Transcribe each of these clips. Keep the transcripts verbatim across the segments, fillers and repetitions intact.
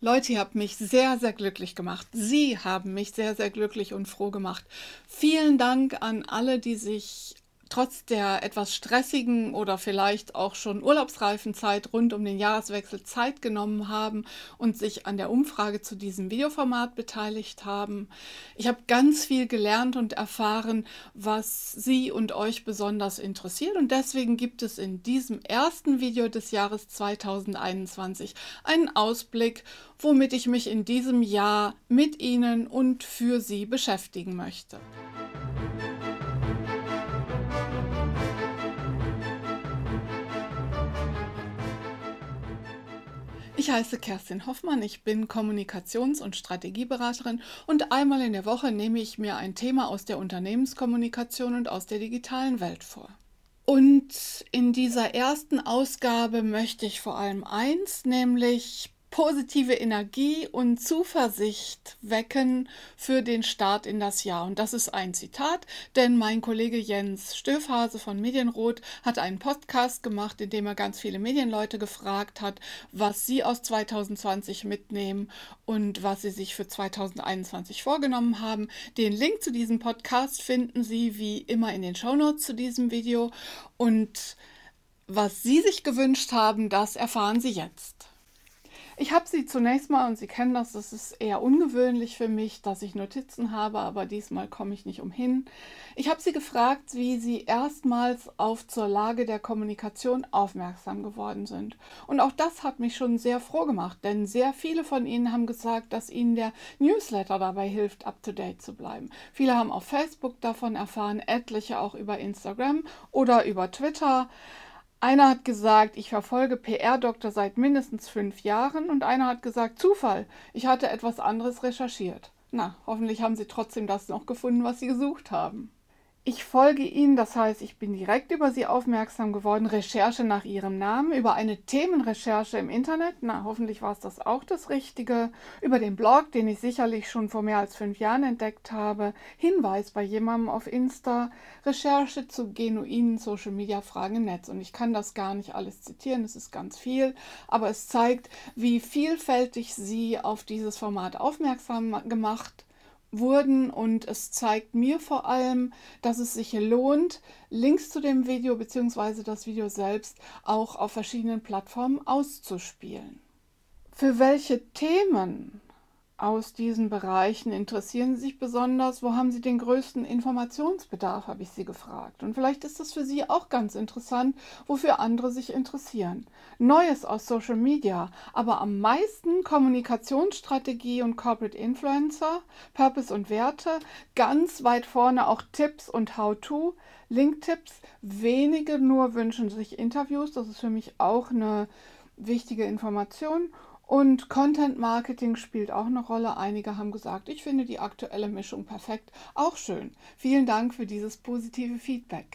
Leute, ihr habt mich sehr, sehr glücklich gemacht. Sie haben mich sehr, sehr glücklich und froh gemacht. Vielen Dank an alle, die sich trotz der etwas stressigen oder vielleicht auch schon urlaubsreifen Zeit rund um den Jahreswechsel Zeit genommen haben und sich an der Umfrage zu diesem Videoformat beteiligt haben. Ich habe ganz viel gelernt und erfahren, was Sie und euch besonders interessiert, und deswegen gibt es in diesem ersten Video des Jahres zweitausendeinundzwanzig einen Ausblick, womit ich mich in diesem Jahr mit Ihnen und für Sie beschäftigen möchte. Ich heiße Kerstin Hoffmann, ich bin Kommunikations- und Strategieberaterin und einmal in der Woche nehme ich mir ein Thema aus der Unternehmenskommunikation und aus der digitalen Welt vor. Und in dieser ersten Ausgabe möchte ich vor allem eins, nämlich positive Energie und Zuversicht wecken für den Start in das Jahr. Und das ist ein Zitat, denn mein Kollege Jens Stöfhase von Medienrot hat einen Podcast gemacht, in dem er ganz viele Medienleute gefragt hat, was sie aus zweitausendzwanzig mitnehmen und was sie sich für zweitausendeinundzwanzig vorgenommen haben. Den Link zu diesem Podcast finden Sie wie immer in den Shownotes zu diesem Video. Und was Sie sich gewünscht haben, das erfahren Sie jetzt. Ich habe sie zunächst mal, und Sie kennen das, das ist eher ungewöhnlich für mich, dass ich Notizen habe, aber diesmal komme ich nicht umhin. Ich habe sie gefragt, wie sie erstmals auf zur Lage der Kommunikation aufmerksam geworden sind. Und auch das hat mich schon sehr froh gemacht, denn sehr viele von Ihnen haben gesagt, dass Ihnen der Newsletter dabei hilft, up-to-date zu bleiben. Viele haben auf Facebook davon erfahren, etliche auch über Instagram oder über Twitter. Einer hat gesagt, ich verfolge P R-Doktor seit mindestens fünf Jahren, und einer hat gesagt, Zufall, ich hatte etwas anderes recherchiert. Na, hoffentlich haben Sie trotzdem das noch gefunden, was Sie gesucht haben. Ich folge Ihnen, das heißt, ich bin direkt über Sie aufmerksam geworden, Recherche nach Ihrem Namen, über eine Themenrecherche im Internet, na, hoffentlich war es das auch das Richtige, über den Blog, den ich sicherlich schon vor mehr als fünf Jahren entdeckt habe, Hinweis bei jemandem auf Insta, Recherche zu genuinen Social-Media-Fragen im Netz. Und ich kann das gar nicht alles zitieren, es ist ganz viel, aber es zeigt, wie vielfältig Sie auf dieses Format aufmerksam gemacht wurden, und es zeigt mir vor allem, dass es sich lohnt, Links zu dem Video bzw. das Video selbst auch auf verschiedenen Plattformen auszuspielen. Für welche Themen aus diesen Bereichen interessieren Sie sich besonders? Wo haben Sie den größten Informationsbedarf, habe ich Sie gefragt. Und vielleicht ist das für Sie auch ganz interessant, wofür andere sich interessieren. Neues aus Social Media, aber am meisten Kommunikationsstrategie und Corporate Influencer, Purpose und Werte, ganz weit vorne auch Tipps und How-to, Link-Tipps. Wenige nur wünschen sich Interviews, das ist für mich auch eine wichtige Information. Und Content Marketing spielt auch eine Rolle. Einige haben gesagt, ich finde die aktuelle Mischung perfekt. Auch schön. Vielen Dank für dieses positive Feedback.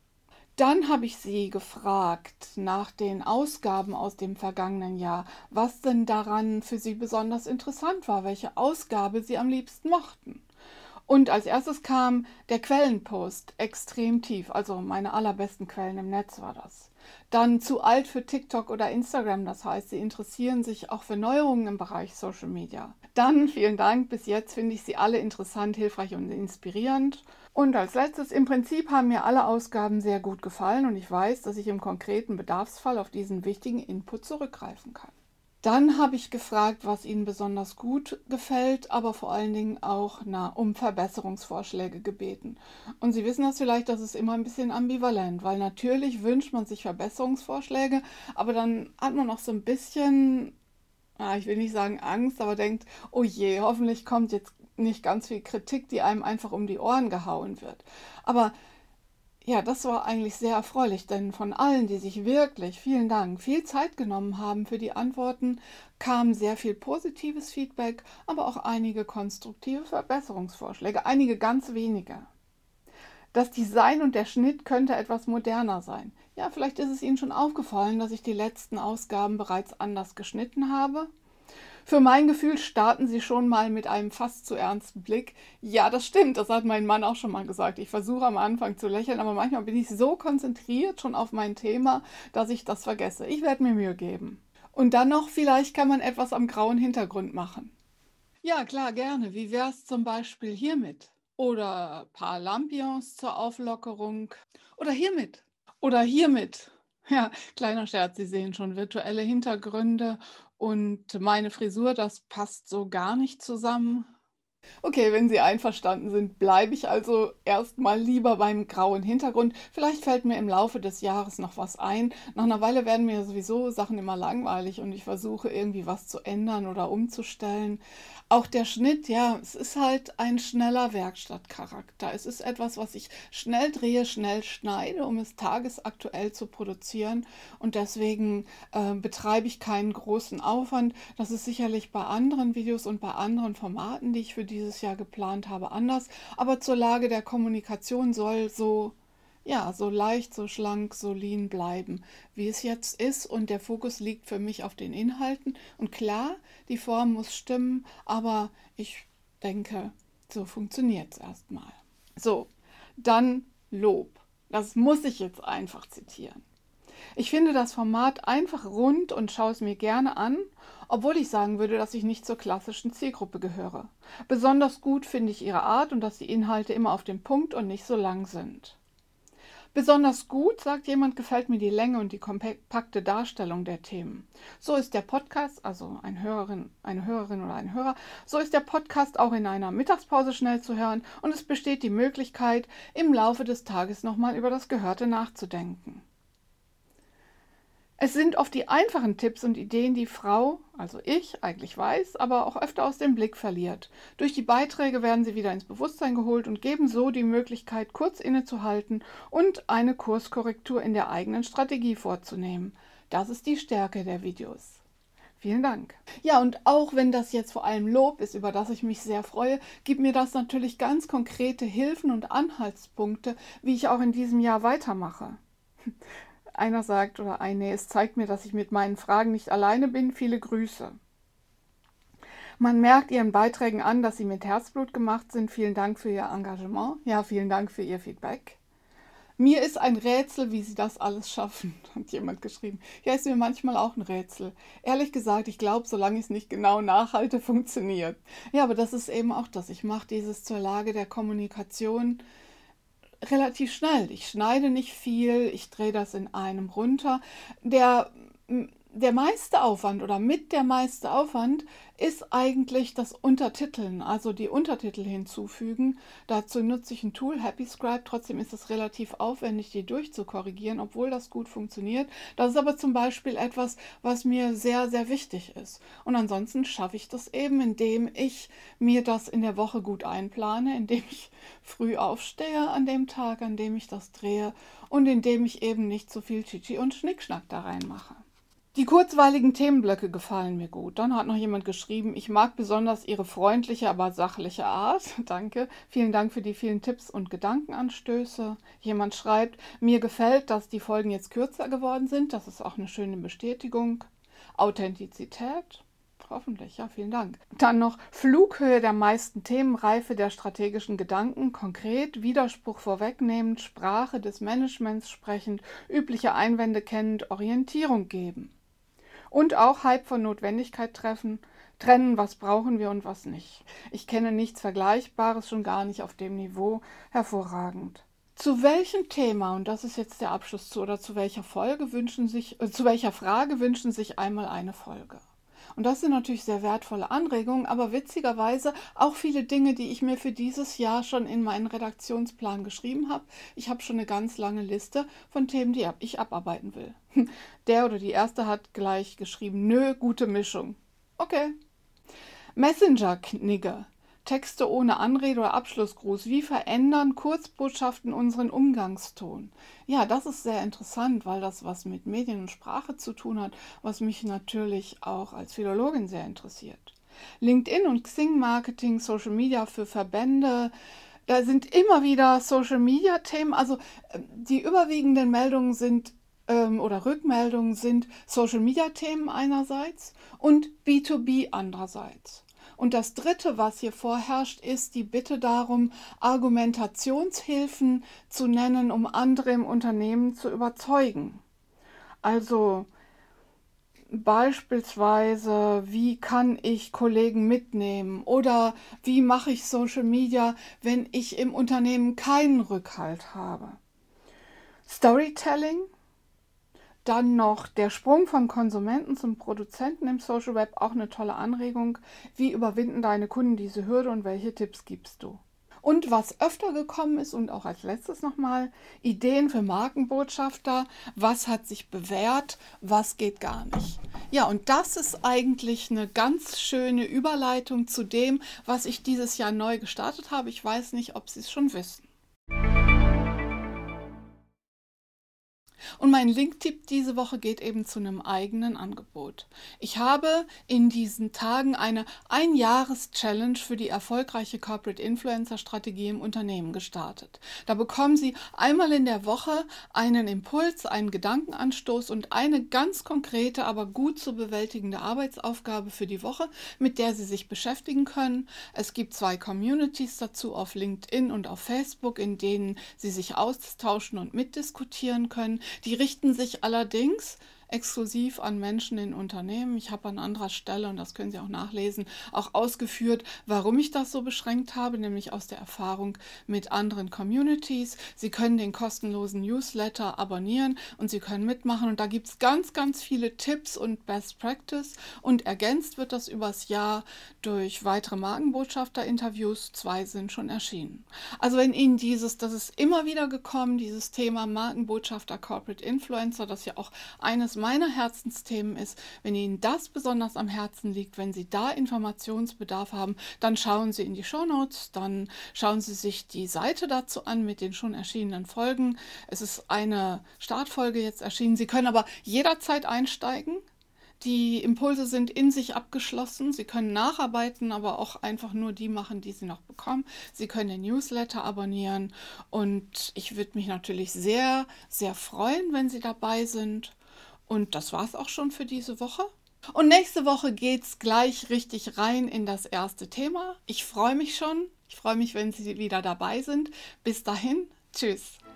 Dann habe ich Sie gefragt nach den Ausgaben aus dem vergangenen Jahr, was denn daran für Sie besonders interessant war, welche Ausgabe Sie am liebsten mochten. Und als erstes kam der Quellenpost, extrem tief, also meine allerbesten Quellen im Netz war das. Dann zu alt für TikTok oder Instagram, das heißt, Sie interessieren sich auch für Neuerungen im Bereich Social Media. Dann, vielen Dank, bis jetzt finde ich Sie alle interessant, hilfreich und inspirierend. Und als letztes, im Prinzip haben mir alle Ausgaben sehr gut gefallen, und ich weiß, dass ich im konkreten Bedarfsfall auf diesen wichtigen Input zurückgreifen kann. Dann habe ich gefragt, was Ihnen besonders gut gefällt, aber vor allen Dingen auch na, um Verbesserungsvorschläge gebeten. Und Sie wissen das vielleicht, das ist immer ein bisschen ambivalent, weil natürlich wünscht man sich Verbesserungsvorschläge, aber dann hat man auch so ein bisschen, ja, ich will nicht sagen Angst, aber denkt, oh je, hoffentlich kommt jetzt nicht ganz viel Kritik, die einem einfach um die Ohren gehauen wird. Aber ja, das war eigentlich sehr erfreulich, denn von allen, die sich wirklich, vielen Dank, viel Zeit genommen haben für die Antworten, kam sehr viel positives Feedback, aber auch einige konstruktive Verbesserungsvorschläge, einige ganz wenige. Das Design und der Schnitt könnte etwas moderner sein. Ja, vielleicht ist es Ihnen schon aufgefallen, dass ich die letzten Ausgaben bereits anders geschnitten habe. Für mein Gefühl starten Sie schon mal mit einem fast zu ernsten Blick. Ja, das stimmt, das hat mein Mann auch schon mal gesagt. Ich versuche am Anfang zu lächeln, aber manchmal bin ich so konzentriert schon auf mein Thema, dass ich das vergesse. Ich werde mir Mühe geben. Und dann noch, vielleicht kann man etwas am grauen Hintergrund machen. Ja, klar, gerne. Wie wär's zum Beispiel hiermit? Oder paar Lampions zur Auflockerung. Oder hiermit. Oder hiermit. Ja, kleiner Scherz, Sie sehen schon virtuelle Hintergründe und meine Frisur, das passt so gar nicht zusammen. Okay, wenn Sie einverstanden sind, bleibe ich also erstmal lieber beim grauen Hintergrund. Vielleicht fällt mir im Laufe des Jahres noch was ein. Nach einer Weile werden mir sowieso Sachen immer langweilig und ich versuche irgendwie was zu ändern oder umzustellen. Auch der Schnitt, ja, es ist halt ein schneller Werkstattcharakter. Es ist etwas, was ich schnell drehe, schnell schneide, um es tagesaktuell zu produzieren. Und deswegen äh, betreibe ich keinen großen Aufwand. Das ist sicherlich bei anderen Videos und bei anderen Formaten, die ich für dieses Jahr geplant habe, anders. Aber zur Lage der Kommunikation soll so, ja, so leicht, so schlank, so lean bleiben, wie es jetzt ist. Und der Fokus liegt für mich auf den Inhalten. Und klar, die Form muss stimmen, aber ich denke, so funktioniert es erstmal. So, dann Lob. Das muss ich jetzt einfach zitieren. Ich finde das Format einfach rund und schaue es mir gerne an, obwohl ich sagen würde, dass ich nicht zur klassischen Zielgruppe gehöre. Besonders gut finde ich ihre Art und dass die Inhalte immer auf den Punkt und nicht so lang sind. Besonders gut, sagt jemand, gefällt mir die Länge und die kompakte Darstellung der Themen. So ist der Podcast, also eine Hörerin, eine Hörerin oder ein Hörer, so ist der Podcast auch in einer Mittagspause schnell zu hören und es besteht die Möglichkeit, im Laufe des Tages nochmal über das Gehörte nachzudenken. Es sind oft die einfachen Tipps und Ideen, die Frau, also ich, eigentlich weiß, aber auch öfter aus dem Blick verliert. Durch die Beiträge werden sie wieder ins Bewusstsein geholt und geben so die Möglichkeit, kurz innezuhalten und eine Kurskorrektur in der eigenen Strategie vorzunehmen. Das ist die Stärke der Videos. Vielen Dank. Ja, und auch wenn das jetzt vor allem Lob ist, über das ich mich sehr freue, gibt mir das natürlich ganz konkrete Hilfen und Anhaltspunkte, wie ich auch in diesem Jahr weitermache. Einer sagt oder eine, es zeigt mir, dass ich mit meinen Fragen nicht alleine bin. Viele Grüße. Man merkt Ihren Beiträgen an, dass sie mit Herzblut gemacht sind. Vielen Dank für Ihr Engagement. Ja, vielen Dank für Ihr Feedback. Mir ist ein Rätsel, wie Sie das alles schaffen, hat jemand geschrieben. Ja, ist mir manchmal auch ein Rätsel. Ehrlich gesagt, ich glaube, solange ich es nicht genau nachhalte, funktioniert. Ja, aber das ist eben auch das. Ich mache dieses zur Lage der Kommunikation relativ schnell. Ich schneide nicht viel, ich drehe das in einem runter. Der, der meiste Aufwand oder mit der meiste Aufwand ist eigentlich das Untertiteln, also die Untertitel hinzufügen. Dazu nutze ich ein Tool, HappyScribe. Trotzdem ist es relativ aufwendig, die durchzukorrigieren, obwohl das gut funktioniert. Das ist aber zum Beispiel etwas, was mir sehr, sehr wichtig ist. Und ansonsten schaffe ich das eben, indem ich mir das in der Woche gut einplane, indem ich früh aufstehe an dem Tag, an dem ich das drehe und indem ich eben nicht so viel Chichi und Schnickschnack da reinmache. Die kurzweiligen Themenblöcke gefallen mir gut. Dann hat noch jemand geschrieben, ich mag besonders Ihre freundliche, aber sachliche Art. Danke. Vielen Dank für die vielen Tipps und Gedankenanstöße. Jemand schreibt, mir gefällt, dass die Folgen jetzt kürzer geworden sind. Das ist auch eine schöne Bestätigung. Authentizität. Hoffentlich, ja, vielen Dank. Dann noch Flughöhe der meisten Themen, Reife der strategischen Gedanken, konkret, Widerspruch vorwegnehmend, Sprache des Managements sprechend, übliche Einwände kennend, Orientierung geben. Und auch Hype von Notwendigkeit treffen, trennen, was brauchen wir und was nicht. Ich kenne nichts Vergleichbares, schon gar nicht auf dem Niveau. Hervorragend. Zu welchem Thema, und das ist jetzt der Abschluss zu, oder zu welcher Folge wünschen sich, äh, zu welcher Frage wünschen sich einmal eine Folge? Und das sind natürlich sehr wertvolle Anregungen, aber witzigerweise auch viele Dinge, die ich mir für dieses Jahr schon in meinen Redaktionsplan geschrieben habe. Ich habe schon eine ganz lange Liste von Themen, die ich abarbeiten will. Der oder die erste hat gleich geschrieben, nö, gute Mischung. Okay. Messenger-Knigge. Texte ohne Anrede oder Abschlussgruß. Wie verändern Kurzbotschaften unseren Umgangston? Ja, das ist sehr interessant, weil das was mit Medien und Sprache zu tun hat, was mich natürlich auch als Philologin sehr interessiert. LinkedIn und Xing-Marketing, Social Media für Verbände, da sind immer wieder Social-Media-Themen. Also die überwiegenden Meldungen sind ähm, oder Rückmeldungen sind Social-Media-Themen einerseits und B zwei B andererseits. Und das Dritte, was hier vorherrscht, ist die Bitte darum, Argumentationshilfen zu nennen, um andere im Unternehmen zu überzeugen. Also Beispielsweise, wie kann ich Kollegen mitnehmen oder wie mache ich Social Media, wenn ich im Unternehmen keinen Rückhalt habe. Storytelling, dann noch der Sprung vom Konsumenten zum Produzenten im Social Web, auch eine tolle Anregung. Wie überwinden deine Kunden diese Hürde und welche Tipps gibst du? Und was öfter gekommen ist und auch als letztes nochmal, Ideen für Markenbotschafter, was hat sich bewährt, was geht gar nicht. Ja, und das ist eigentlich eine ganz schöne Überleitung zu dem, was ich dieses Jahr neu gestartet habe. Ich weiß nicht, ob Sie es schon wissen. Und mein Linktipp diese Woche geht eben zu einem eigenen Angebot. Ich habe in diesen Tagen eine Ein-Jahres-Challenge für die erfolgreiche Corporate Influencer-Strategie im Unternehmen gestartet. Da bekommen Sie einmal in der Woche einen Impuls, einen Gedankenanstoß und eine ganz konkrete, aber gut zu bewältigende Arbeitsaufgabe für die Woche, mit der Sie sich beschäftigen können. Es gibt zwei Communities dazu auf LinkedIn und auf Facebook, in denen Sie sich austauschen und mitdiskutieren können. Die richten sich allerdings exklusiv an Menschen in Unternehmen. Ich habe an anderer Stelle, und das können Sie auch nachlesen, auch ausgeführt, warum ich das so beschränkt habe, nämlich aus der Erfahrung mit anderen Communities. Sie können den kostenlosen Newsletter abonnieren und Sie können mitmachen. Und da gibt es ganz, ganz viele Tipps und Best Practice. Und ergänzt wird das übers Jahr durch weitere Markenbotschafter-Interviews. Zwei sind schon erschienen. Also wenn Ihnen dieses, das ist immer wieder gekommen, dieses Thema Markenbotschafter, Corporate Influencer, das ja auch eines meiner Herzensthemen ist, wenn Ihnen das besonders am Herzen liegt, wenn Sie da Informationsbedarf haben, dann schauen Sie in die Shownotes, dann schauen Sie sich die Seite dazu an mit den schon erschienenen Folgen. Es ist eine Startfolge jetzt erschienen. Sie können aber jederzeit einsteigen. Die Impulse sind in sich abgeschlossen. Sie können nacharbeiten, aber auch einfach nur die machen, die Sie noch bekommen. Sie können den Newsletter abonnieren und ich würde mich natürlich sehr, sehr freuen, wenn Sie dabei sind. Und das war es auch schon für diese Woche. Und nächste Woche geht es gleich richtig rein in das erste Thema. Ich freue mich schon. Ich freue mich, wenn Sie wieder dabei sind. Bis dahin. Tschüss.